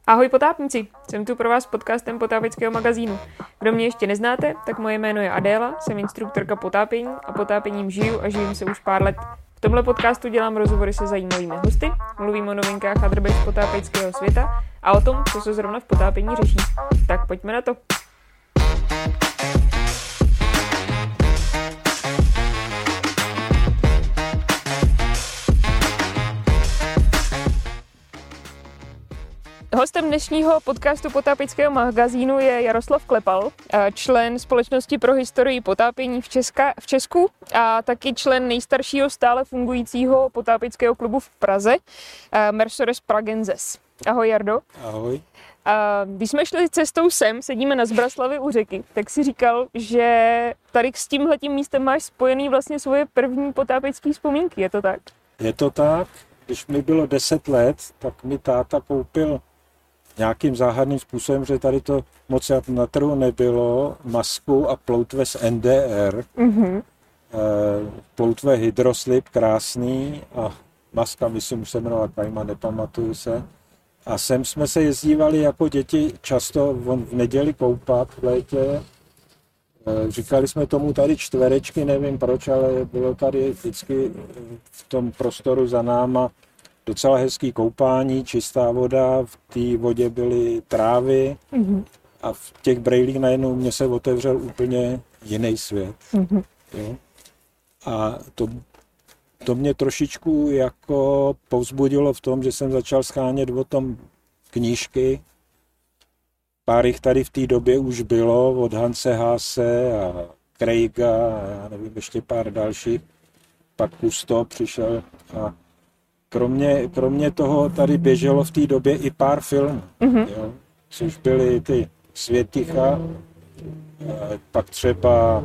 Ahoj potápníci, jsem tu pro vás s podcastem potápěckého magazínu. Kdo mě ještě neznáte, tak moje jméno je Adéla, jsem instruktorka potápění a potápěním žiju a žijím se už pár let. V tomhle podcastu dělám rozhovory se zajímavými hosty, mluvím o novinkách a drbech z potápěckého světa a o tom, co se zrovna v potápění řeší. Tak pojďme na to. Hostem dnešního podcastu potápěckého magazínu je Jaroslav Klepal, člen Společnosti pro historii potápění v Česku a taky člen nejstaršího stále fungujícího potápěckého klubu v Praze, Mercedes Pragenses. Ahoj Jardo. Ahoj. Když jsme šli cestou sem, sedíme na Zbraslavi u řeky, tak si říkal, že tady s tímhletím místem máš spojený vlastně svoje první potápěcké vzpomínky, je to tak? Je to tak. Když mi bylo 10 let, tak mi táta koupil nějakým záhadným způsobem, že tady to moc na trhu nebylo, masku a ploutve z NDR. Mm-hmm. Ploutve hydroslip, krásný, a maska, myslím, se jmenovala Kajma, nepamatuju se. A sem jsme se jezdívali jako děti často v neděli koupat v létě. Říkali jsme tomu tady čtverečky, nevím proč, ale bylo tady vždycky v tom prostoru za náma docela hezký koupání, čistá voda, v té vodě byly trávy a v těch brejlích najednou mě se otevřel úplně jiný svět. Mm-hmm. Jo? A to mě trošičku jako povzbudilo v tom, že jsem začal shánět o tom knížky. Pár jich tady v té době už bylo, od Hanse Haase a Craiga a já nevím, ještě pár dalších. Pak Kusto přišel a kromě toho tady běželo v té době i pár filmů, jo, což byly ty Světicha, pak třeba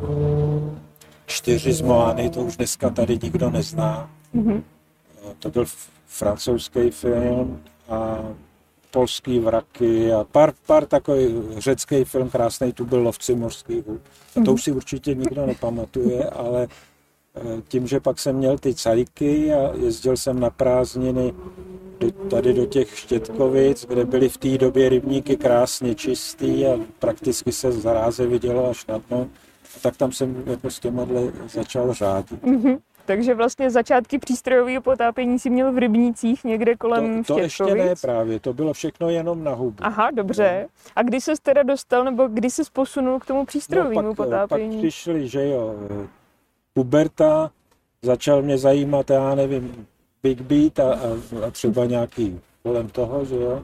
4 z Moány, to už dneska tady nikdo nezná. Mm-hmm. To byl francouzský film a polský Vraky a pár takový řecký film krásný, tu byl Lovci mořských hub. A to už si určitě nikdo nepamatuje, ale tím, že pak jsem měl ty cajky a jezdil jsem na prázdniny tady do těch Štětkovic, kde byly v té době rybníky krásně čistý a prakticky se zaráze vidělo až na dno, tak tam jsem jako s těmadle začal řádit. Mm-hmm. Takže vlastně začátky přístrojového potápění si měl v rybnících někde kolem To ještě ne právě, to bylo všechno jenom na hubu. Aha, dobře. No. A kdy ses teda dostal, nebo kdy ses posunul k tomu přístrojovému potápění? Pak přišli, že jo, puberta, začal mě zajímat, já nevím, Big Beat a třeba nějaký kolem toho, že jo.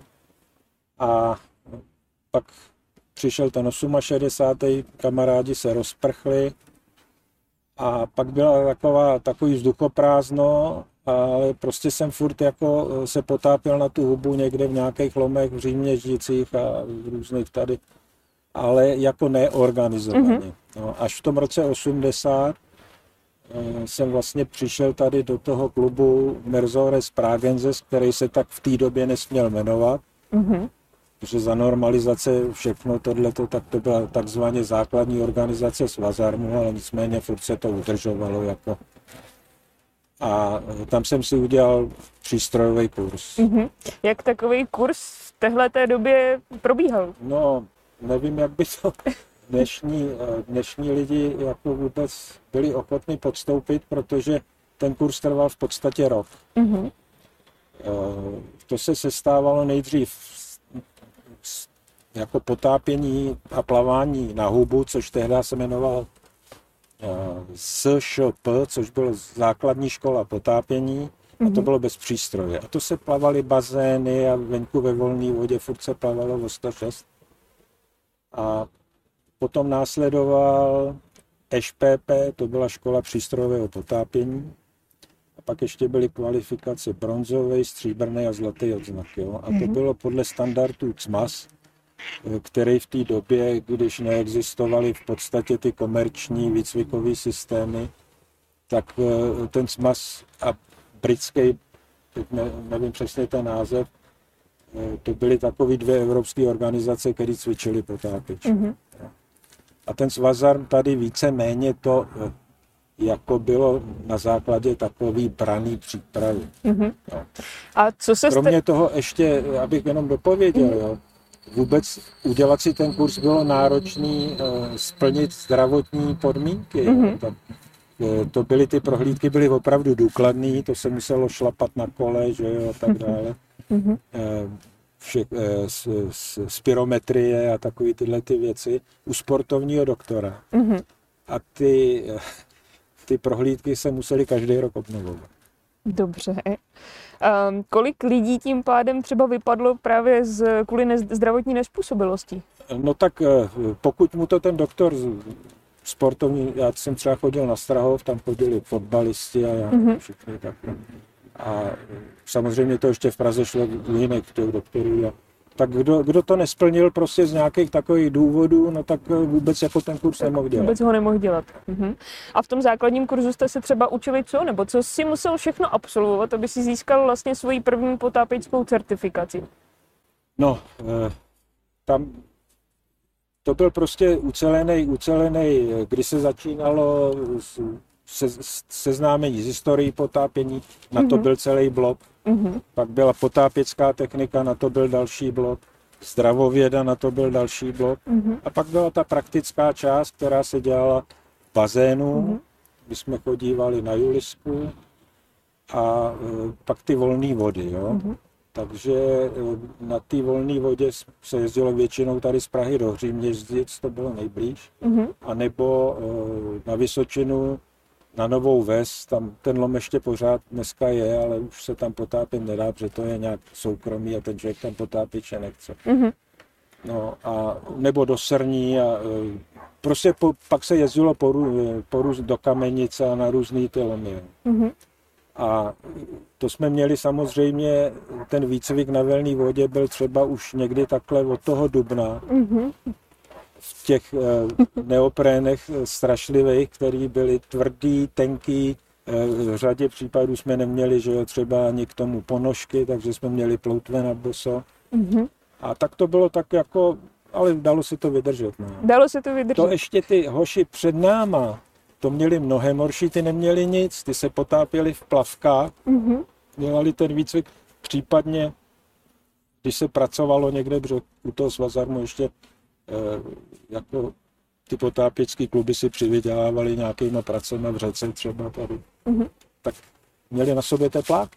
A pak přišel ten 68. Kamarádi se rozprchli a pak byla takový vzduchoprázdno, ale prostě jsem furt jako se potápěl na tu hubu někde v nějakých lomech v Říměždicích a v různých tady, ale jako neorganizovaně. Mm-hmm. No, až v tom roce 80 jsem vlastně přišel tady do toho klubu Mercedes Pragenses, který se tak v té době nesměl jmenovat, protože za normalizace všechno tohleto, tak to byla takzvaně základní organizace Svazarmu, ale nicméně furt se to udržovalo jako. A tam jsem si udělal přístrojový kurz. Mm-hmm. Jak takový kurz v téhleté době probíhal? No, nevím, jak by to dnešní lidi jako vůbec byli ochotní podstoupit, protože ten kurz trval v podstatě rok. Mm-hmm. To se sestávalo nejdřív jako potápění a plavání na hubu, což tehdy se jmenoval SŠP, což byla základní škola potápění, a to bylo bez přístroje. A to se plavaly bazény a venku ve volné vodě furt se plavalo o 106. A potom následoval ŠPP, to byla škola přístrojového potápění. A pak ještě byly kvalifikace bronzový, stříbrný a zlatý odznak. Jo? A to bylo podle standardů CMAS, který v té době, když neexistovaly v podstatě ty komerční výcvikové systémy, tak ten CMAS a britský, nevím přesně ten název, to byly takové 2 evropské organizace, které cvičily potápěče. Mm-hmm. A ten Svazarm tady víceméně to jako bylo na základě takový braný přípravy. Mm-hmm. No. A co se kromě toho ještě, abych jenom dopověděl, jo, vůbec udělat si ten kurz bylo náročný splnit zdravotní podmínky. Jo. To byly ty prohlídky, byly opravdu důkladný, to se muselo šlapat na kole, že jo, a tak dále. Spirometrie a takové tyhle ty věci u sportovního doktora. A ty prohlídky se musely každý rok obnovovat. Dobře. Kolik lidí tím pádem třeba vypadlo právě kvůli zdravotní nezpůsobilosti? No tak pokud mu to ten doktor sportovní, já jsem třeba chodil na Strahov, tam chodili fotbalisti a já všichni tak. A samozřejmě to ještě v Praze šlo u jiných těch doktorů. Tak kdo to nesplnil prostě z nějakých takových důvodů, no tak vůbec jako ten kurz nemohl dělat. Vůbec ho nemohl dělat. A v tom základním kurzu jste se třeba učili co? Nebo co si musel všechno absolvovat, aby si získal vlastně svoji první potápěčskou certifikaci? No, tam to byl prostě ucelený, kdy se začínalo seznámení s historií potápění, na to byl celý blok. Pak byla potápěcká technika, na to byl další blok. Zdravověda, na to byl další blok. A pak byla ta praktická část, která se dělala v bazénu, kdy jsme chodívali na Julisku a pak ty volné vody. Jo? Takže na té volné vodě se jezdilo většinou tady z Prahy do Hříměřic, to bylo nejblíž, anebo na Vysočinu, na Novou Ves, tam ten lom ještě pořád dneska je, ale už se tam potápět nedá, protože to je nějak soukromý a ten člověk tam potápět nechce. No a nebo do Srní a prostě pak se jezdilo do Kamenice a na různý ty lomy. A to jsme měli samozřejmě, ten výcvik na velné vodě byl třeba už někdy takhle od toho dubna. V těch neoprénech strašlivých, které byly tvrdý, tenký. V řadě případů jsme neměli, že jo, třeba ani k tomu ponožky, takže jsme měli ploutve na boso. A tak to bylo tak jako, ale dalo se to vydržet. No. Dalo se to vydržet. To ještě ty hoši před náma, to měli mnohem horší, ty neměli nic, ty se potápěli v plavkách, dělali ten výcvik, případně, když se pracovalo někde, protože u toho Svazarmu ještě jako ty potápěčské kluby si přivydělávali nějakýma pracema v řece třeba tady, tak měli na sobě tepláky.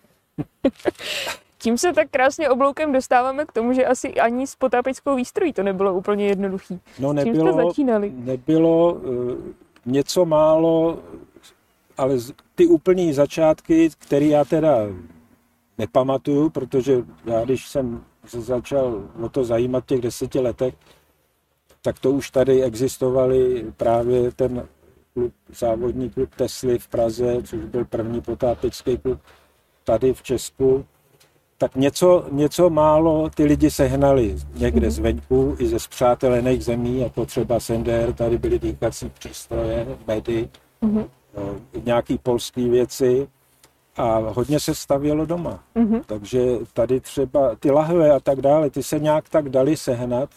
Tím se tak krásně obloukem dostáváme k tomu, že asi ani s potápěčskou výstrojí to nebylo úplně jednoduchý. No nebylo, čím jste začínali? Nebylo něco málo, ale ty úplný začátky, které já teda nepamatuju, protože já když jsem se začal o to zajímat v těch 10 letech, tak to už tady existovaly právě ten klub, závodní klub Tesly v Praze, což byl první potápěčský klub tady v Česku. Tak něco málo ty lidi sehnali někde zvenku i ze spřátelených zemí, jako třeba Sender, tady byly dýchací přístroje, medy, nějaký polský věci a hodně se stavělo doma. Takže tady třeba ty lahve a tak dále, ty se nějak tak dali sehnat,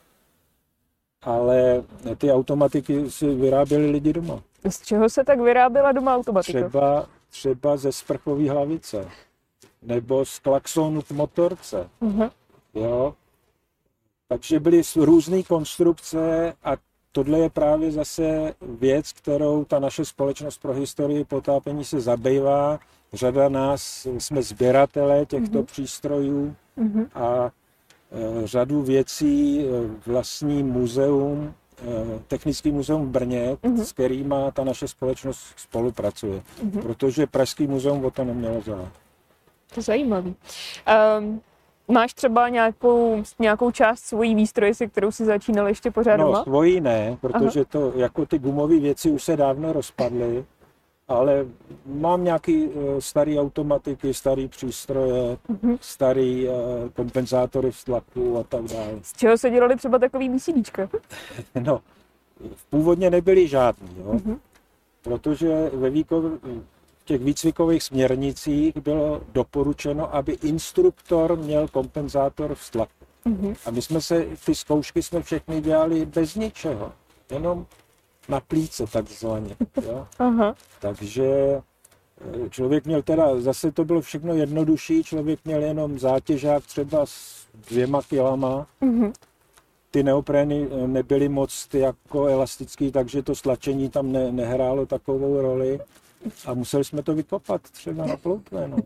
ale ty automatiky si vyráběli lidi doma. Z čeho se tak vyráběla doma automatika? Třeba ze sprchové hlavice. Nebo z klaxonu k motorce. Jo? Takže byly různé konstrukce a tohle je právě zase věc, kterou ta naše společnost pro historii potápění se zabývá. Řada nás jsme sběratelé těchto přístrojů a řadu věcí vlastní muzeum, Technický muzeum v Brně, s kterýma ta naše společnost spolupracuje. Protože Pražský muzeum o to nemělo zájem. To je zajímavý. Máš třeba nějakou část svojí výstroje, se kterou si začínal ještě pořád doma? No, svojí ne, protože to, jako ty gumové věci už se dávno rozpadly, ale mám nějaký starý automatiky, starý přístroje, starý kompenzátory v tlaku a tak dále. Z čeho se dělali třeba takový BCDčka? No, původně nebyly žádný, jo? Protože v těch výcvikových směrnicích bylo doporučeno, aby instruktor měl kompenzátor v tlaku. A my ty zkoušky jsme všechny dělali bez ničeho. Jenom na plíce takzvaně. Jo? Aha. Takže člověk měl teda, zase to bylo všechno jednodušší, člověk měl jenom zátěžák třeba s 2 kilama. Mhm. Ty neoprény nebyly moc jako elastický, takže to stlačení tam nehrálo takovou roli a museli jsme to vykopat třeba na ploutve. No.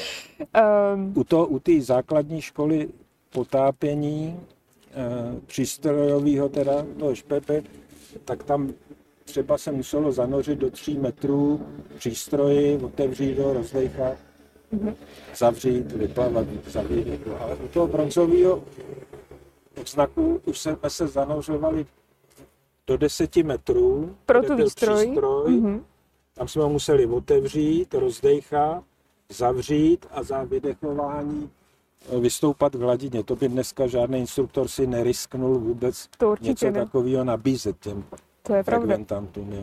U té základní školy potápění, přístrojového teda, toho ŠPP, tak tam třeba se muselo zanořit do 3 metrů přístroji, otevřít ho, rozdejchat, zavřít, vyplavat, zavřít. Ale u toho bronzového odznaku už jsme se zanořovali do 10 metrů. Pro tu výstroj. Tam jsme ho museli otevřít, rozdejchat, zavřít a za vydechování vystoupat k hladině. To by dneska žádný instruktor si nerisknul vůbec něco takového nabízet těm frekventantům.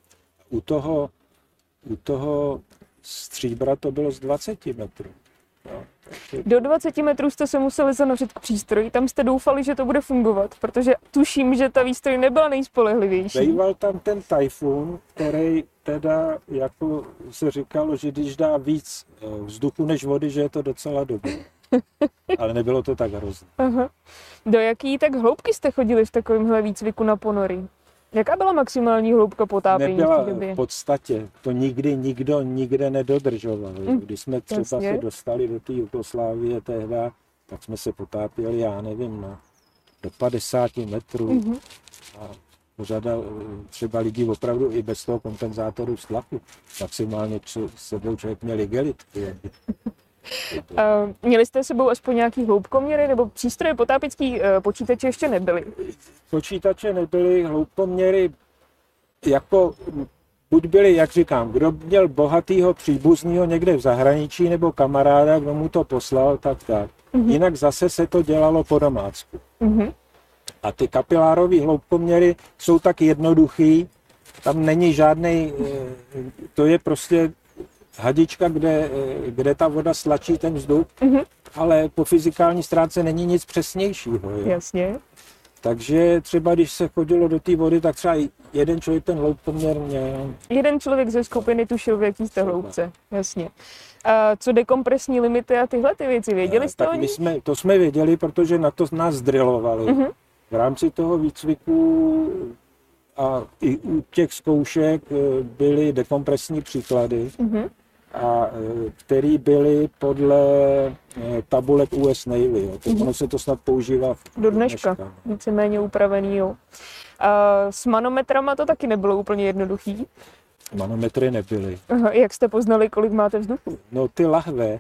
U toho stříbra to bylo z 20 metrů. Jo. Do 20 metrů jste se museli zanořit k přístroji, tam jste doufali, že to bude fungovat, protože tuším, že ta výstroj nebyla nejspolehlivější. Býval tam ten tajfun, který teda, jako se říkalo, že když dá víc vzduchu než vody, že je to docela dobré. Ale nebylo to tak hrozné. Aha. Do jaký tak hloubky jste chodili v takovémhle výcviku na ponory? Jaká byla maximální hloubka potápění v té době? V podstatě. To nikdy nikdo nikde nedodržoval. Když jsme třeba se dostali do té Jugoslávie tehda, tak jsme se potápěli, já nevím, do 50 metrů. A pořádal třeba lidi opravdu i bez toho kompenzátoru z tlaku. Maximálně sebou člověk měl igelitky. Měli jste sebou aspoň nějaký hloubkoměry, nebo přístroje potápěcký počítače ještě nebyly? Počítače nebyly, hloubkoměry jako buď byly, jak říkám, kdo měl bohatýho příbuzního někde v zahraničí nebo kamaráda, kdo mu to poslal, tak. Jinak zase se to dělalo po domácku. A ty kapilárové hloubkoměry jsou tak jednoduchý, tam není žádnej, to je prostě hadička, kde ta voda stlačí ten vzduch, ale po fyzikální stránce není nic přesnějšího. Jo. Jasně. Takže třeba když se chodilo do té vody, tak třeba jeden člověk ten hloubkoměr měl. Jeden člověk ze skupiny tušil, v jaký jste hloubce. Jasně. A co dekompresní limity a tyhle ty věci, věděli jste o nich? To jsme věděli, protože na to nás drillovali. V rámci toho výcviku a i u těch zkoušek byly dekompresní příklady, které byly podle tabulek US Navy. Ono se to snad používá do dneška. Víceméně upravený. Jo. A s manometrama to taky nebylo úplně jednoduchý. Manometry nebyly. Aha, jak jste poznali, kolik máte vzduchu? No ty lahve,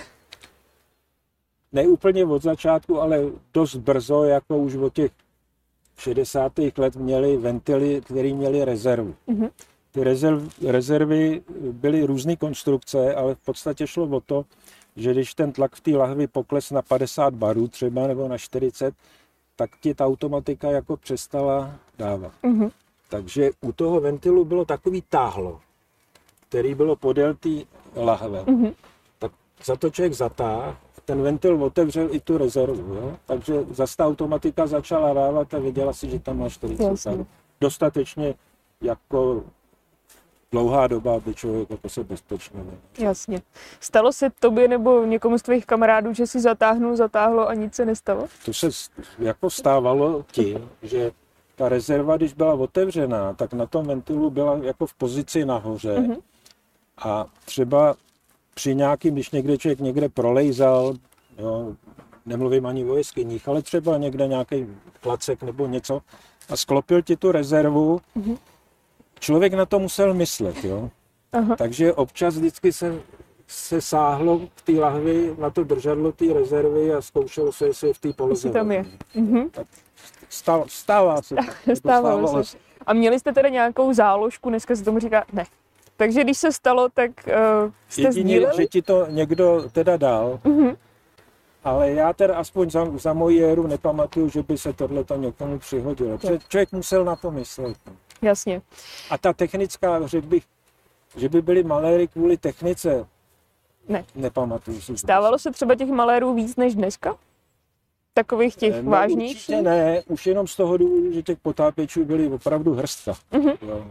ne úplně od začátku, ale dost brzo, jako už od těch 60. let měli ventily, které měly rezervu. Ty rezervy byly různé konstrukce, ale v podstatě šlo o to, že když ten tlak v té lahvi pokles na 50 barů třeba nebo na 40, tak ti ta automatika jako přestala dávat. Takže u toho ventilu bylo takový táhlo, který bylo podél té lahve. Tak za to člověk zatáhl, ten ventil otevřel i tu rezervu. Jo? Takže zase ta automatika začala dávat a věděla si, že tam má 40 barů. Dostatečně jako dlouhá doba, aby člověk jako se bezpečně. Jasně. Stalo se tobě nebo někomu z tvých kamarádů, že si zatáhlo a nic se nestalo? To se jako stávalo tím, že ta rezerva, když byla otevřená, tak na tom ventilu byla jako v pozici nahoře. A třeba při nějakým, když někde člověk někde prolejzal, jo, nemluvím ani o jeskyních, ale třeba někde nějaký klacek nebo něco a sklopil ti tu rezervu, člověk na to musel myslet, jo. Takže občas vždycky se sáhlo v té lahvi na to držadlo té rezervy a zkoušelo se, jestli je v té poloze. Tam je. Tak stává se. Stávalo se. A měli jste teda nějakou záložku, dneska se tomu říká ne. Takže když se stalo, tak jste sdíleli? Že ti to někdo teda dal, ale já teda aspoň za moji éru nepamatuju, že by se tohleto někomu přihodilo. Člověk musel na to myslet. Jasně. A ta technická, řekl bych, že by byly maléry kvůli technice, ne. Nepamatuju si. Stávalo se třeba těch malérů víc než dneska? Takových těch No, vážnějších? určitě ne, už jenom z toho důvodu, že těch potápěčů byly opravdu hrstka. Jo.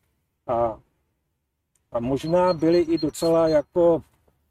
A možná byli i docela jako,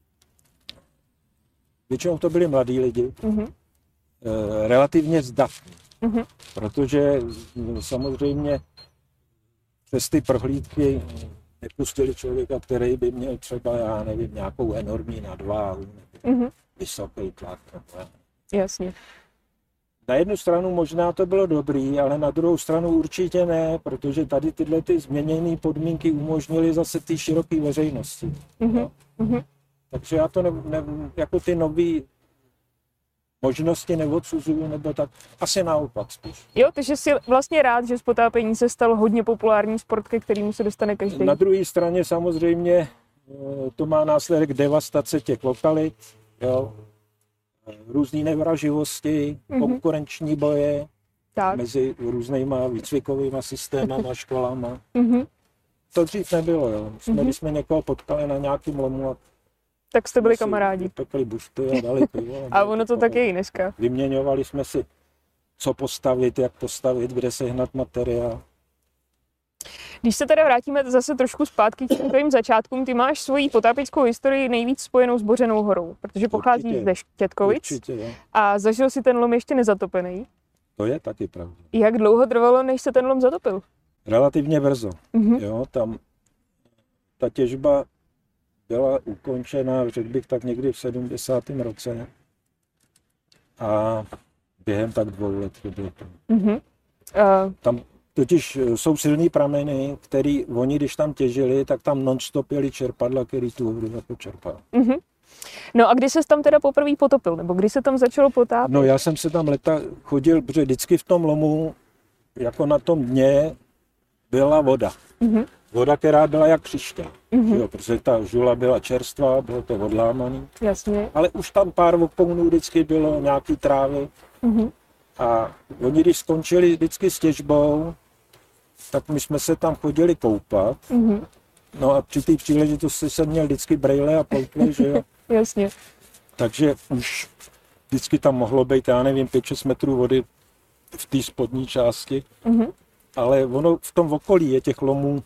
většinou to byli mladí lidi, relativně zdatní, protože samozřejmě přes ty prohlídky nepustili člověka, který by měl třeba, já nevím, nějakou enormní nadváhu, vysoký tlak. Jasně. Na jednu stranu možná to bylo dobrý, ale na druhou stranu určitě ne, protože tady tyhle ty změněné podmínky umožnily zase ty široké veřejnosti. No. Takže já to jako ty nové možnosti neodsuzuju, nebo tak asi naopak spíš. Jo, takže jsi vlastně rád, že z potápění se stal hodně populární sport, ke kterému se dostane každý. Na druhé straně samozřejmě to má následek devastace těch lokalit, jo, různý nevraživosti, konkurenční boje mezi různýma výcvikovými systémama, školama. To dřív nebylo, jo. Když jsme někoho potkali na nějakým lomu, tak jste byli kamarádi. Pekli bušty a dali pivo. A ono to tak je i dneska. Vyměňovali jsme si, co postavit, jak postavit, kde sehnat materiál. Když se teda vrátíme zase trošku zpátky k tvým začátkům, ty máš svoji potápěčskou historii nejvíc spojenou s Bořenou horou, protože pocházíš ze Štětkovic a zažil si ten lom ještě nezatopený. To je taky pravda. Jak dlouho trvalo, než se ten lom zatopil? Relativně brzo. Jo, tam ta těžba byla ukončena, řekl bych, tak někdy v 70. roce. A během tak 2 let to bylo to. Tam totiž jsou silný prameny, který oni, když tam těžili, tak tam non-stop jeli čerpadla, který tu vodu jako čerpal. No a kdy ses tam teda poprvé potopil, nebo kdy se tam začalo potápět? No já jsem se tam leta chodil, protože vždycky v tom lomu, jako na tom dně, byla voda. Voda, která byla jak příště, jo, protože ta žula byla čerstvá, bylo to odlámaný. Jasně. Ale už tam pár vokounů vždycky bylo, nějaký trávy. A oni, když skončili vždycky s těžbou, tak my jsme se tam chodili koupat. No a při té příležitosti jsem měl vždycky brejle a ploutve, že jo. Jasně. Takže už vždycky tam mohlo být, já nevím, 5-6 metrů vody v té spodní části. Ale ono v tom okolí je těch lomů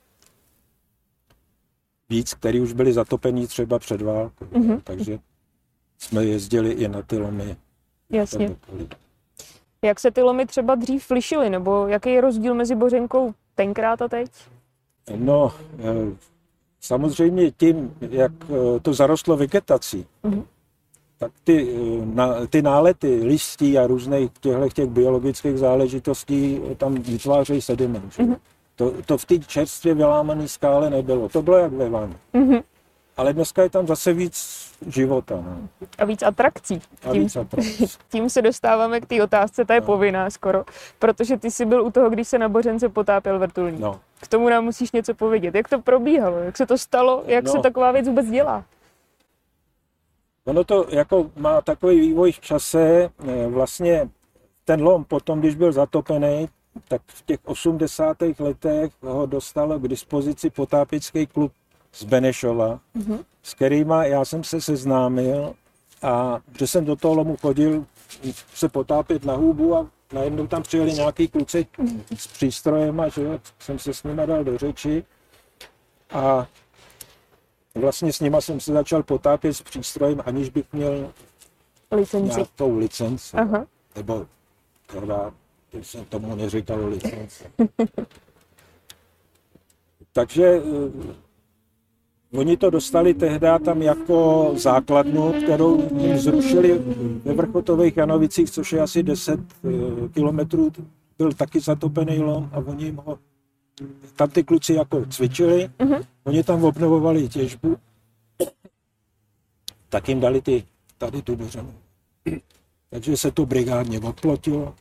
víc, který už byly zatopený třeba před válkou. Takže jsme jezdili i na ty lomy. Jasně. Jak se ty lomy třeba dřív lišily, nebo jaký je rozdíl mezi Bořenkou tenkrát a teď? No, samozřejmě tím, jak to zarostlo vegetací, tak ty nálety listí a různých těch biologických záležitostí tam vytvářejí sediment. To v té čerstvě vylámané skále nebylo. To bylo jak ve vanu. Ale dneska je tam zase víc života. No. A víc atrakcí. Tím se dostáváme k té otázce, ta je povinná skoro, protože ty jsi byl u toho, když se na Bořence potápěl vrtulník. No. K tomu nám musíš něco povědět. Jak to probíhalo? Jak se to stalo? Jak se taková věc vůbec dělá? Ono to jako má takový vývoj v čase. Vlastně ten lom potom, když byl zatopený, tak v těch 80. letech ho dostalo k dispozici potápěčský klub z Benešova, s kterýma já jsem se seznámil a že jsem do toho lomu chodil se potápět na hůbu a najednou tam přijeli nějaký kluci s přístrojema, že jo, jsem se s nima dal do řeči a vlastně s nima jsem se začal potápět s přístrojem, aniž bych měl nějakou licenci. Nebo teda, jsem tomu neříkal licenci. Takže oni to dostali tehdy tam jako základnu, kterou jim zrušili ve Vrchotových Janovicích, což je asi 10 kilometrů, byl taky zatopený lom a oni jim ho, tam ty kluci jako cvičili, oni tam obnovovali těžbu, tak jim dali tady tu Bořenu. Takže se to brigádně odplotilo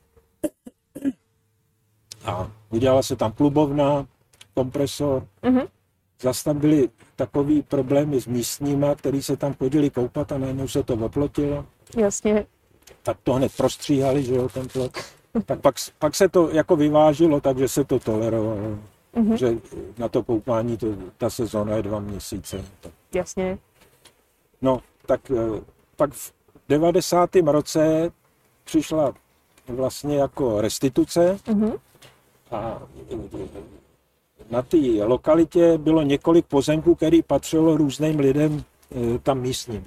a udělala se tam klubovna, kompresor. Zas tam byly takový problémy s místníma, který se tam chodili koupat a najednou se to oplotilo. Jasně. Tak to hned prostříhali, že jo, ten plot. Tak pak se to jako vyvážilo, takže se to tolerovalo. Že na to koupání ta sezóna je 2 měsíce. Jasně. No, tak pak v 90. roce přišla vlastně jako restituce a na té lokalitě bylo několik pozemků, které patřilo různým lidem tam místním.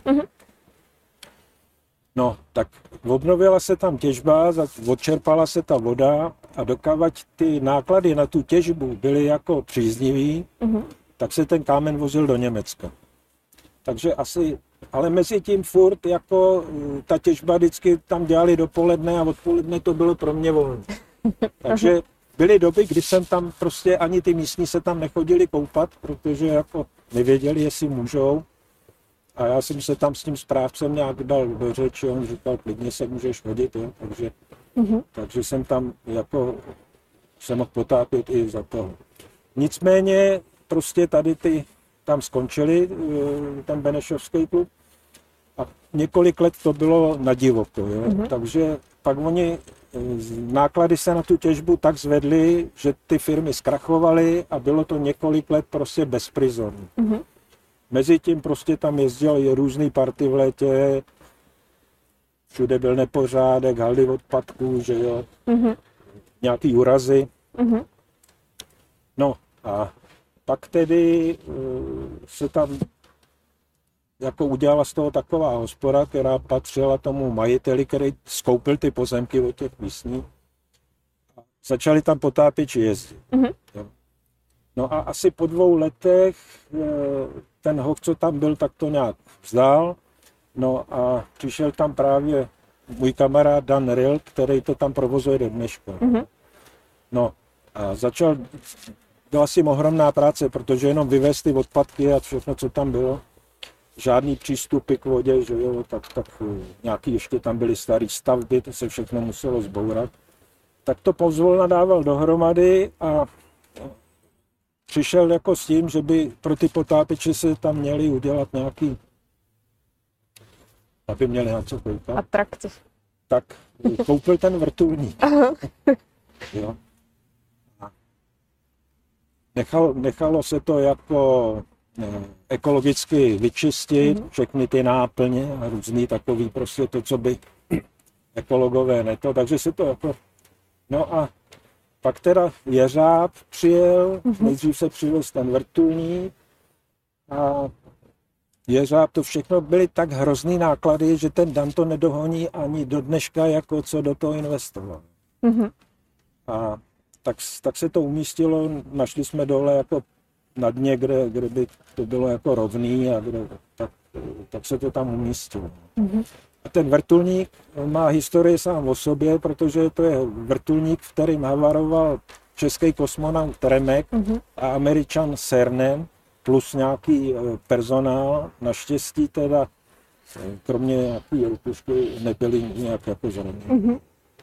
No, tak obnovila se tam těžba, odčerpala se ta voda a dokávat ty náklady na tu těžbu byly jako příznivý, tak se ten kámen vozil do Německa. Takže asi, ale mezi tím furt jako ta těžba vždycky tam dělali dopoledne a odpoledne to bylo pro mě volné. Takže byly doby, kdy jsem tam prostě ani ty místní se tam nechodili koupat, protože jako nevěděli, jestli můžou. A já jsem se tam s tím správcem nějak dal do řeči, on říkal, klidně se můžeš hodit, jo? Takže jsem tam jako se mohl potápět i za toho. Nicméně prostě tady tam skončili ten benešovský klub a několik let to bylo na divoko, jo? Takže pak oni náklady se na tu těžbu tak zvedly, že ty firmy zkrachovaly a bylo to několik let prostě bezprizorní. Mezitím prostě tam jezdil různý party v létě, všude byl nepořádek, haldy odpadků, že jo, nějaký úrazy. No a pak tedy se tam jako udělala z toho taková hospoda, která patřila tomu majiteli, který skoupil ty pozemky od těch místních. Začali tam potápěči jezdit. No a asi po 2 letech ten hoch, co tam byl, tak to nějak vzdal. No a přišel tam právě můj kamarád Dan Rill, který to tam provozuje do dneška. No a byla si ohromná práce, protože jenom vyvést ty odpadky a všechno, co tam bylo. Žádný přístupy k vodě, že jo, tak nějaký ještě tam byly staré stavby, to se všechno muselo zbourat. Tak to pozvolna dával dohromady a přišel jako s tím, že by pro ty potápěče se tam měli udělat nějaký, aby měli něco koukat. Atrakce. Tak koupil ten vrtulník. Jo. Nechalo se to jako ekologicky vyčistit, všechny ty náplně a různý takový prostě to, co by ekologové neto, takže se to jako, no a pak teda jeřáb přijel, nejdřív se přivez ten vrtulník a jeřáb, to všechno byly tak hrozný náklady, že ten Dan to nedohoní ani do dneška, jako co do toho investoval. A tak se to umístilo, našli jsme dole jako na dně, kde by to bylo jako rovný a tak se to tam umístilo. A ten vrtulník má historii sám o sobě, protože to je vrtulník, v kterým havaroval český kosmonaut Remek a Američan Cernan plus nějaký personál. Naštěstí teda, kromě nějaký rupušky, nebyli nějak jako zraněni.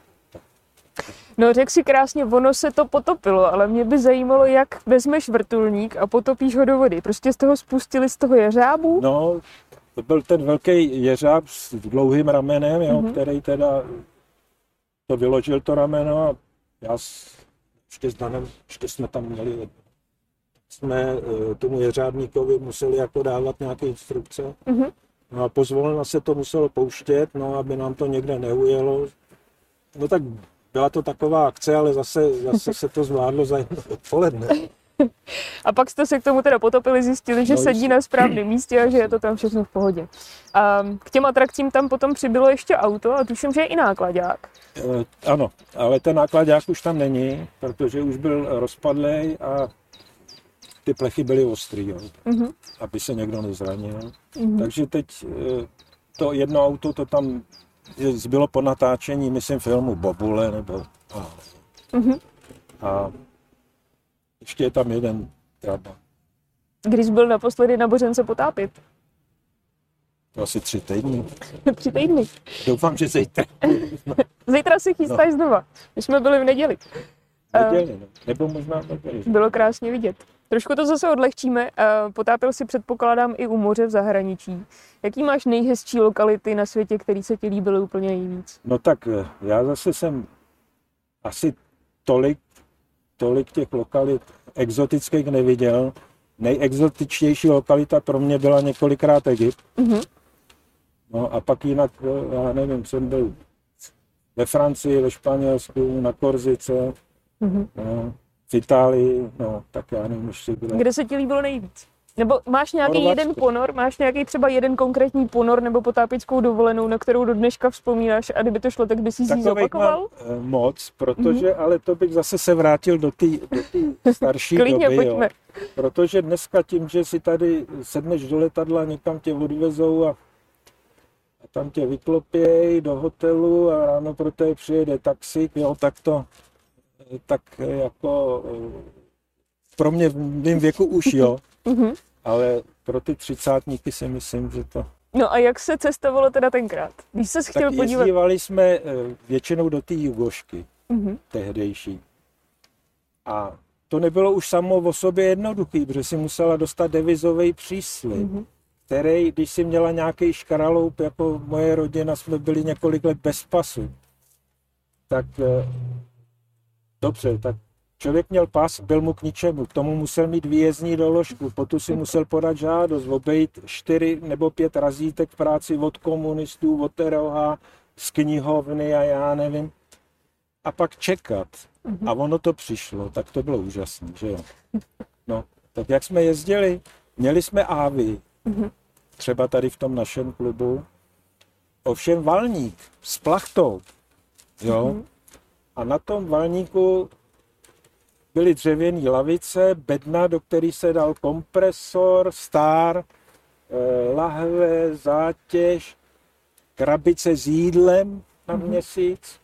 No řekl si krásně, ono se to potopilo, ale mě by zajímalo, jak vezmeš vrtulník a potopíš ho do vody. Prostě z toho spustili z toho jeřábu? No, to byl ten velký jeřáb s dlouhým ramenem, jo, který teda to vyložil to rameno a já ještě s Danem, ještě jsme tam měli, jsme tomu jeřábníkovi museli jako dávat nějaké instrukce. No a pozvolna se to muselo pouštět, no aby nám to někde neujelo. No tak byla to taková akce, ale zase se to zvládlo za jedno odpoledne. A pak jste se k tomu teda potopili, zjistili, že sedí na správném místě a že je to tam všechno v pohodě. A k těm atrakcím tam potom přibylo ještě auto a tuším, že je i náklaďák. Ano, ale ten náklaďák už tam není, protože už byl rozpadlej a ty plechy byly ostrý, jo, aby se někdo nezranil. Takže teď to jedno auto, to tam bylo po natáčení, myslím, filmu Bobule, nebo a ještě je tam jeden traba. Když jsi byl naposledy na Bořence potápět? To asi 3 týdny. 3 týdny. Doufám, že zítra. Zítra si chystáš znova. My jsme byli v neděli. Neděli, no. Nebo možná neděli. Bylo krásně vidět. Trošku to zase odlehčíme. Potápěl si, předpokládám, i u moře v zahraničí. Jaký máš nejhezčí lokality na světě, které se ti líbily úplně nejvíc? No tak já zase jsem asi tolik těch lokalit exotických neviděl. Nejexotičtější lokalita pro mě byla několikrát Egypt. No a pak jinak, já nevím, jsem byl v ve Francii, ve Španělsku, na Korzice, no, v Itálii, no, tak já nevím ještě kde. Kde se ti líbilo nejvíc? Nebo máš nějaký Chorvatsko. jeden ponor, máš nějaký třeba jeden konkrétní ponor nebo potápěckou dovolenou, na kterou do dneška vzpomínáš a kdyby to šlo, tak by si ji zopakoval? Moc, protože, ale to bych zase se vrátil do té starší Klidně, doby, pojďme. jo. Protože dneska tím, že si tady sedneš do letadla, někam tě odvezou a tam tě vyklopějí do hotelu a ráno pro té přijede taxík, jo, tak jako pro mě v mém věku už jo, ale pro ty 30níky si myslím, že to... No a jak se cestovalo teda tenkrát? Když ses chtěl Tak podívat... jezdívali jsme většinou do té Jugošky, tehdejší. A to nebylo už samo o sobě jednoduchý, protože si musela dostat devizový příslib, který, když si měla nějaký škraloup, jako moje rodina, jsme byli několik let bez pasu. Tak dobře, tak člověk měl pas, byl mu k ničemu, k tomu musel mít výjezdní doložku, potom si musel podat žádost, obejít 4 nebo 5 razítek v práci od komunistů, od TROH, z knihovny a já nevím. A pak čekat. A ono to přišlo, tak to bylo úžasné, že jo. No, tak jak jsme jezdili, měli jsme ávy, třeba tady v tom našem klubu, ovšem valník s plachtou, jo. A na tom valníku byly dřevěné lavice, bedna, do kterých se dal kompresor, star, lahve, zátěž, krabice s jídlem na měsíc.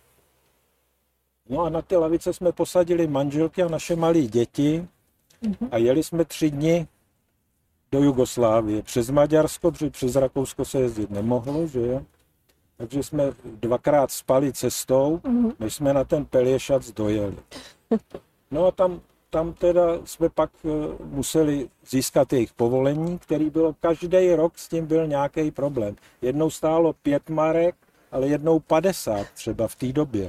No a na ty lavice jsme posadili manželky a naše malé děti a jeli jsme 3 dny do Jugoslávie. Přes Maďarsko, protože přes Rakousko se jezdit nemohlo, že jo. Takže jsme 2krát spali cestou, než jsme na ten Pelješac dojeli. No a tam teda jsme pak museli získat jejich povolení, který bylo každý rok, s tím byl nějaký problém. Jednou stálo 5 marek, ale jednou 50 třeba v té době.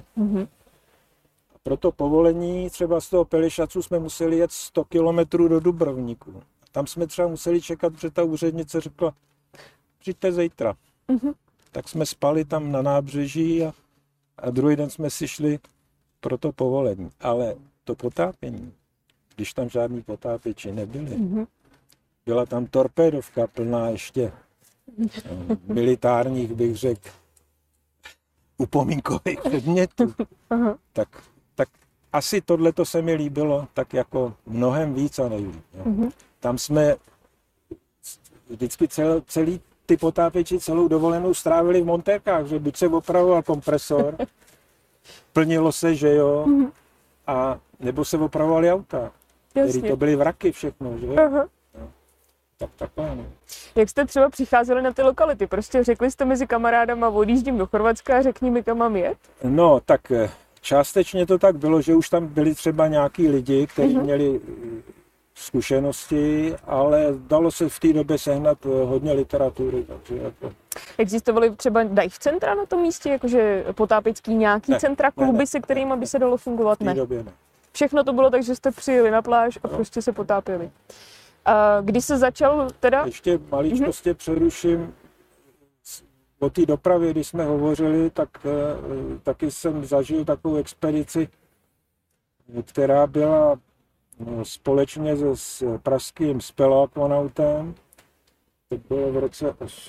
A pro to povolení třeba z toho Pelješacu jsme museli jet 100 kilometrů do Dubrovníku. Tam jsme třeba museli čekat, protože ta úřednice řekla, přijďte zítra. Tak jsme spali tam na nábřeží a druhý den jsme si šli pro to povolení. Ale to potápění, když tam žádný potápěči nebyli, byla tam torpédovka plná ještě militárních, bych řekl, upomínkových předmětů. Tak asi tohleto se mi líbilo tak jako mnohem víc a nejlíp. Tam jsme vždycky celý ty potápěči celou dovolenou strávili v montérkách, že buď se opravoval kompresor, plnilo se, že jo, a nebo se opravovaly auta, které to byly vraky všechno, že jo. Tak takhle, no. Jak jste třeba přicházeli na ty lokality? Prostě řekli jste mezi kamarádama, odjíždím do Chorvatska a řekni mi, kam mám jet? No, tak částečně to tak bylo, že už tam byli třeba nějaký lidi, kteří měli zkušenosti, ale dalo se v té době sehnat hodně literatury. Takže jako... Existovaly třeba dive centra na tom místě, jakože potápěcký nějaký centra, kluby, se kterými by se dalo fungovat? V té době ne. Všechno to bylo tak, že jste přijeli na pláž a prostě se potápěli. A když se začal teda... Ještě maličkostě přeruším. O té dopravě, když jsme hovořili, tak taky jsem zažil takovou expedici, která byla společně s pražským speloakonautem. To bylo v roce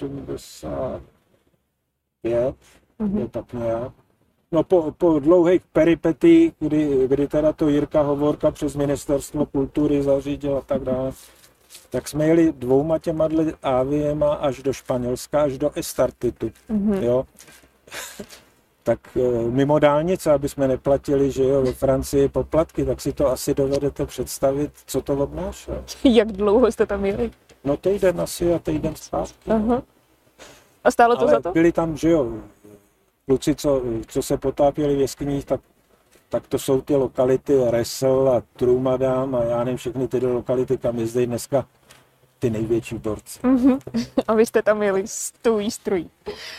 85, tak nějak. No po dlouhých peripetích, kdy teda to Jirka Hovorka přes Ministerstvo kultury zařídil a tak dále, tak jsme jeli 2 těma aviema až do Španělska, až do Estartitu, jo. Tak mimo dálnice, aby jsme neplatili, že jo, ve Francii poplatky, tak si to asi dovedete představit, co to obnášelo. Jak dlouho jste tam jeli? No týden asi a týden zpátky. A stálo to ale za to? Byli tam, že jo, kluci, co se potápěli v jeskyních, tak to jsou ty lokality Resel a Trumadam a já nevím, všechny ty lokality, kam jezdí dneska ty největší borci. A vy jste tam jeli s tou výstrojí.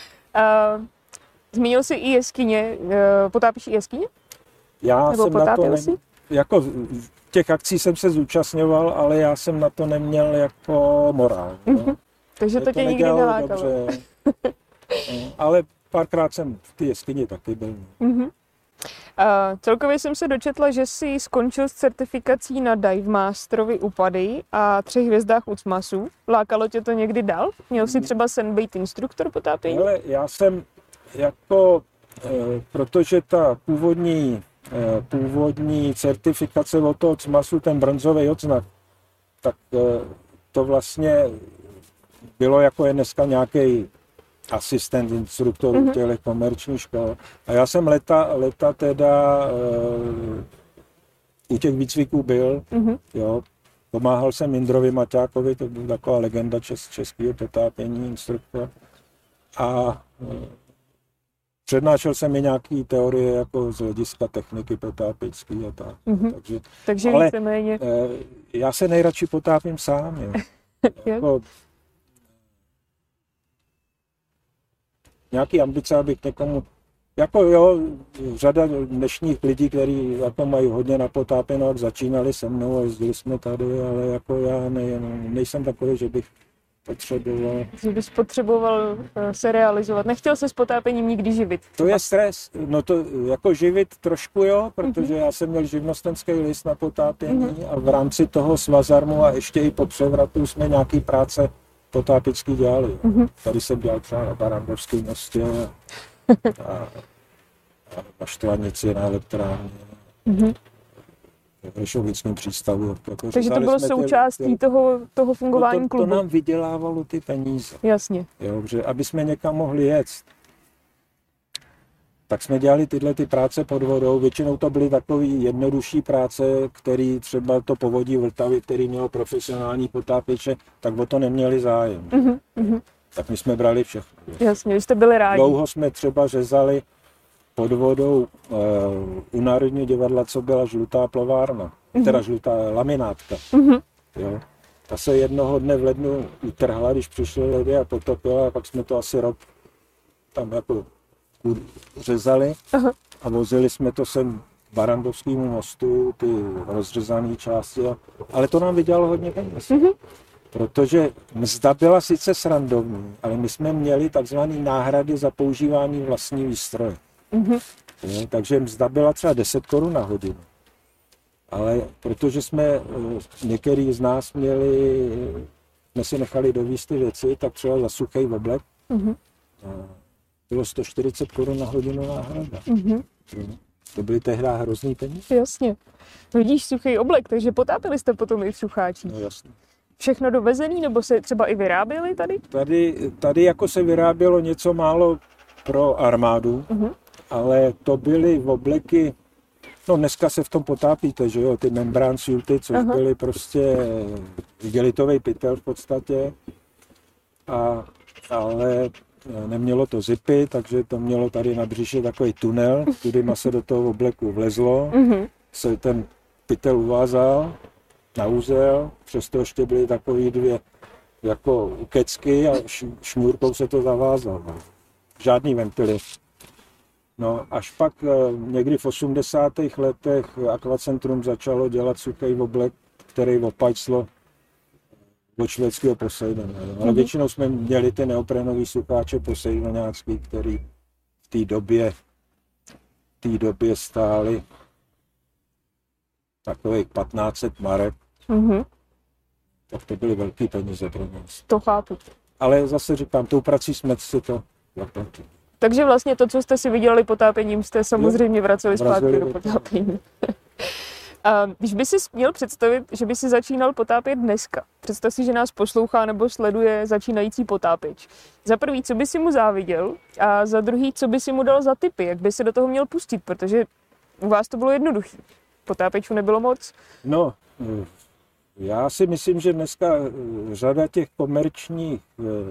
Zmínil jsi i jeskyně. Potápíš i jeskyně? Já nebo jsem na to jako těch akcí jsem se zúčastňoval, ale já jsem na to neměl jako morál. No. Takže to tě nikdy nelákalo. Ale párkrát jsem v té jeskyni taky byl. Mm-hmm. Celkově jsem se dočetla, že jsi skončil s certifikací na Dive Masterovi u PADI a 3 hvězdách u CMASu. Lákalo tě to někdy dál? Měl jsi třeba sen být instruktor potápění? Ale já jsem protože ta původní certifikace od toho CMASu, ten bronzový odznak, tak to vlastně bylo jako je dneska nějaký asistent instruktorů těch komerčních škol. A já jsem leta teda u těch výcviků byl, jo. Pomáhal jsem Indrovi Maťákovi, to byl taková legenda českého potápění, instruktor. A přednášel jsem i nějaký teorie jako z hlediska techniky potápěčský a tak. Takže ale víceméně... já se nejradši potápím sám. Jo. Jako, nějaký ambice, abych někomu... Jako jo, řada dnešních lidí, kteří jako mají hodně napotápěno, jak začínali se mnou a jezdili jsme tady, ale jako já nejsem takový, že bych potřeboval... Že bys potřeboval se realizovat. Nechtěl se s potápěním nikdy živit? To je stres. No to jako živit trošku jo, protože já jsem měl živnostenský list na potápění a v rámci toho Svazarmu a ještě i po převratu jsme nějaký práce potápěčský dělali. Tady jsem dělal třeba na Barandovském mostě a na Štvanici na elektrárně. V Vršovickém přístavu. Takže to bylo součástí toho fungování klubu. To nám vydělávalo ty peníze. Jasně. Jo, že aby jsme někam mohli jet, tak jsme dělali tyhle ty práce pod vodou. Většinou to byly takové jednodušší práce, který třeba to povodí Vltavy, který mělo profesionální potápěče, tak o to neměli zájem. Tak my jsme brali všechno. Jasně, vy jste byli rádi. Dlouho jsme třeba řezali pod vodou u Národního divadla, co byla žlutá plovárna, teda žlutá laminátka. Jo. Ta se jednoho dne v lednu utrhla, když přišli lidé a potopila, a pak jsme to asi rok tam jako řezali a vozili jsme to sem k Barandovskému mostu, ty rozřezané části, ale to nám vydělalo hodně peněz. Protože mzda byla sice srandovní, ale my jsme měli takzvané náhrady za používání vlastní výstroje. Takže mzda byla třeba 10 korun na hodinu. Ale protože jsme některý z nás jsme si nechali dovízt ty věci, tak třeba za suchý oblek bylo 140 korun na hodinu náhrada. To byly tehdy hrozný peníze. Jasně. Vidíš suchý oblek, takže potápili jste potom i v sucháčích. No jasně. Všechno dovezený, nebo se třeba i vyráběli tady? Tady jako se vyrábělo něco málo pro armádu, ale to byly obleky, no dneska se v tom potápíte, že jo, ty membrán suity, což byly prostě igelitový pytel v podstatě, ale nemělo to zipy, takže to mělo tady na břiše takový tunel, kudy se do toho obleku vlezlo, se ten pytel uvázal na úzel, přesto ještě byly takový 2 jako ukecky a šňůrkou se to zavázalo. Žádný ventily. No až pak někdy v 80. letech Aquacentrum začalo dělat suchý oblek, který opajclo od švédského Poseidona. Ale většinou jsme měli ty neoprénový sucháče poseidonácký, který v té době stály takových 1500 marek. Tak to byly velký peníze pro nás. To chápu. Ale zase říkám, tou prací jsme si to zaplatili. Takže vlastně to, co jste si vydělali potápěním, jste samozřejmě vraceli zpátky do potápění. A když by si měl představit, že by si začínal potápět dneska, představ si, že nás poslouchá nebo sleduje začínající potápěč. Za prvý, co by si mu záviděl, a za druhý, co by si mu dal za tipy, jak by se do toho měl pustit, protože u vás to bylo jednoduché. Potápěčů nebylo moc. No, já si myslím, že dneska řada těch komerčních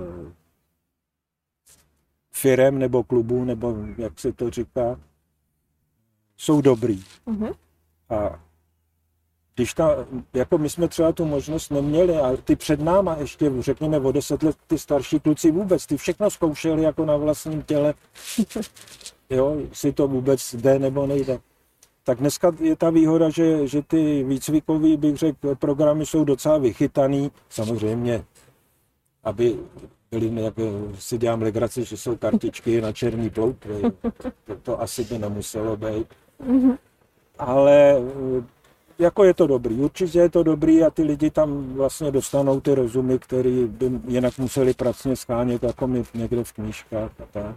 firem nebo klubů, nebo jak se to říká, jsou dobrý. A když jako my jsme třeba tu možnost neměli a ty před náma ještě, řekněme o 10 let, ty starší kluci vůbec, ty všechno zkoušeli jako na vlastním těle, jo, si to vůbec jde nebo nejde. Tak dneska je ta výhoda, že ty výcvikový, bych řekl, programy jsou docela vychytaný, samozřejmě, aby byly, jak si dělám legraci, že jsou kartičky na černý ploutvy. To asi by nemuselo být. Ale jako je to dobrý, určitě je to dobrý a ty lidi tam vlastně dostanou ty rozumy, které by jinak museli pracně schánět, jako někde v knížkách a tak.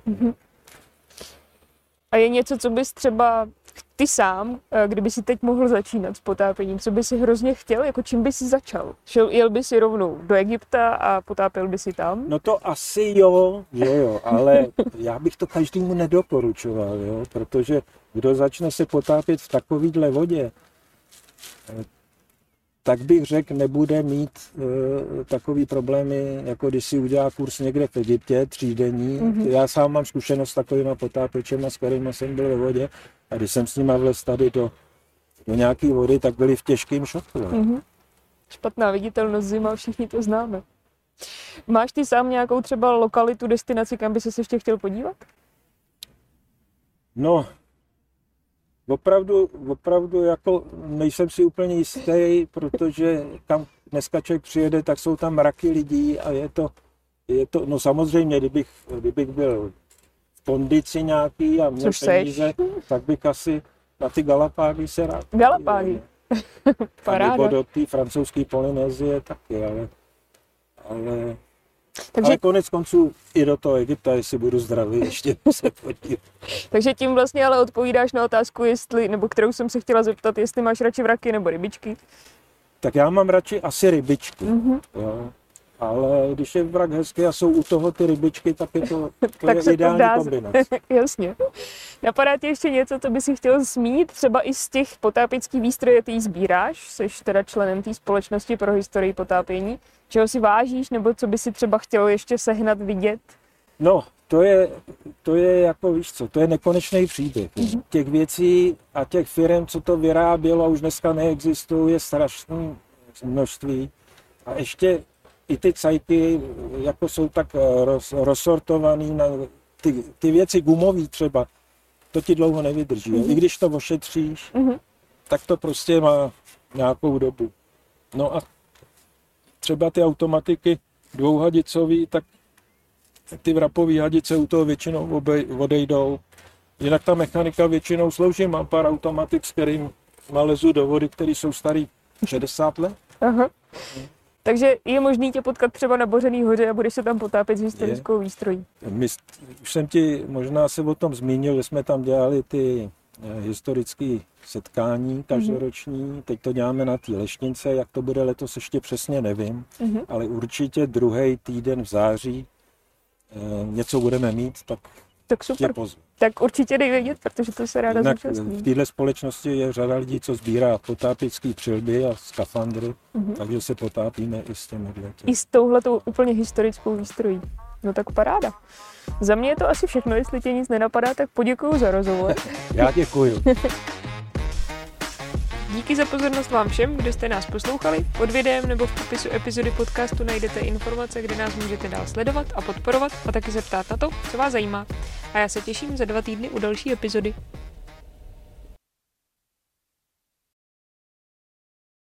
A je něco, co bys třeba ty sám, kdyby si teď mohl začínat s potápěním, co by si hrozně chtěl, jako čím by si začal? Jel by si rovnou do Egypta a potápěl by si tam? No to asi jo, že jo, ale já bych to každému nedoporučoval, jo, protože kdo začne se potápět v takovýhle vodě, tak bych řekl, nebude mít takový problémy, jako když si udělá kurz někde v Egyptě, 3denní. Já sám mám zkušenost s takovýma potápěčema, s kterými jsem byl ve vodě a když jsem s nima vlez tady do nějaké vody, tak byli v těžkém šoku. Špatná viditelnost, zima, všichni to známe. Máš ty sám nějakou třeba lokalitu, destinaci, kam by ses ještě chtěl podívat? No, opravdu jako nejsem si úplně jistý, protože kam dneska člověk přijede, tak jsou tam mraky lidí a je to no samozřejmě, kdybych byl v kondici nějaký a měl peníze, tak bych asi na ty Galapágy se rád. Galapágy. Paráda. Nebo do té francouzské Polynézie taky, ale konec konců i do toho Egypta, jestli budu zdravý, ještě se podívat. Takže tím vlastně ale odpovídáš na otázku, nebo kterou jsem se chtěla zeptat, jestli máš radši vraky nebo rybičky? Tak já mám radši asi rybičky, jo. Ale když je vrak hezký a jsou u toho ty rybičky, tak je to je ideální kombinace. Jasně. Napadá ti ještě něco, co by si chtěl zmínit? Třeba i z těch potápěckých výstrojů, ty sbíráš? Jsi teda členem té společnosti pro historii potápění. Čeho si vážíš, nebo co by si třeba chtěl ještě sehnat, vidět? No, to je jako, víš co, to je nekonečný příběh. Těch věcí a těch firm, co to vyrábělo a už dneska neexistuje, strašné množství. A ještě i ty cajky jako jsou tak rozsortovaný na ty věci gumový třeba, to ti dlouho nevydrží. I když to ošetříš, tak to prostě má nějakou dobu. No a třeba ty automatiky dvouhadicový, tak ty vrapový hadice u toho většinou odejdou. Jinak ta mechanika většinou slouží. Mám pár automatik, s kterým nalezu do vody, které jsou starý 60 let. Aha. Takže je možný tě potkat třeba na Bořený hoře a budeš se tam potápět s historickou výstrojí. Už jsem ti možná se o tom zmínil, že jsme tam dělali ty historické setkání každoroční. Teď to děláme na té Lešnice, jak to bude letos ještě přesně nevím, ale určitě druhý týden v září něco budeme mít, tak super. Tak určitě dej vědět, protože to se ráda zúčastní. V téhle společnosti je řada lidí, co sbírá potápěcké přilby a skafandry, takže se potápíme i s těmihle. I s touhletou úplně historickou výstrojí. No tak paráda. Za mě je to asi všechno, jestli tě nic nenapadá, tak poděkuju za rozhovor. Já děkuju. Díky za pozornost vám všem, kdo jste nás poslouchali. Pod videem nebo v popisu epizody podcastu najdete informace, kde nás můžete dál sledovat a podporovat a taky se ptát na to, co vás zajímá. A já se těším za 2 týdny u další epizody.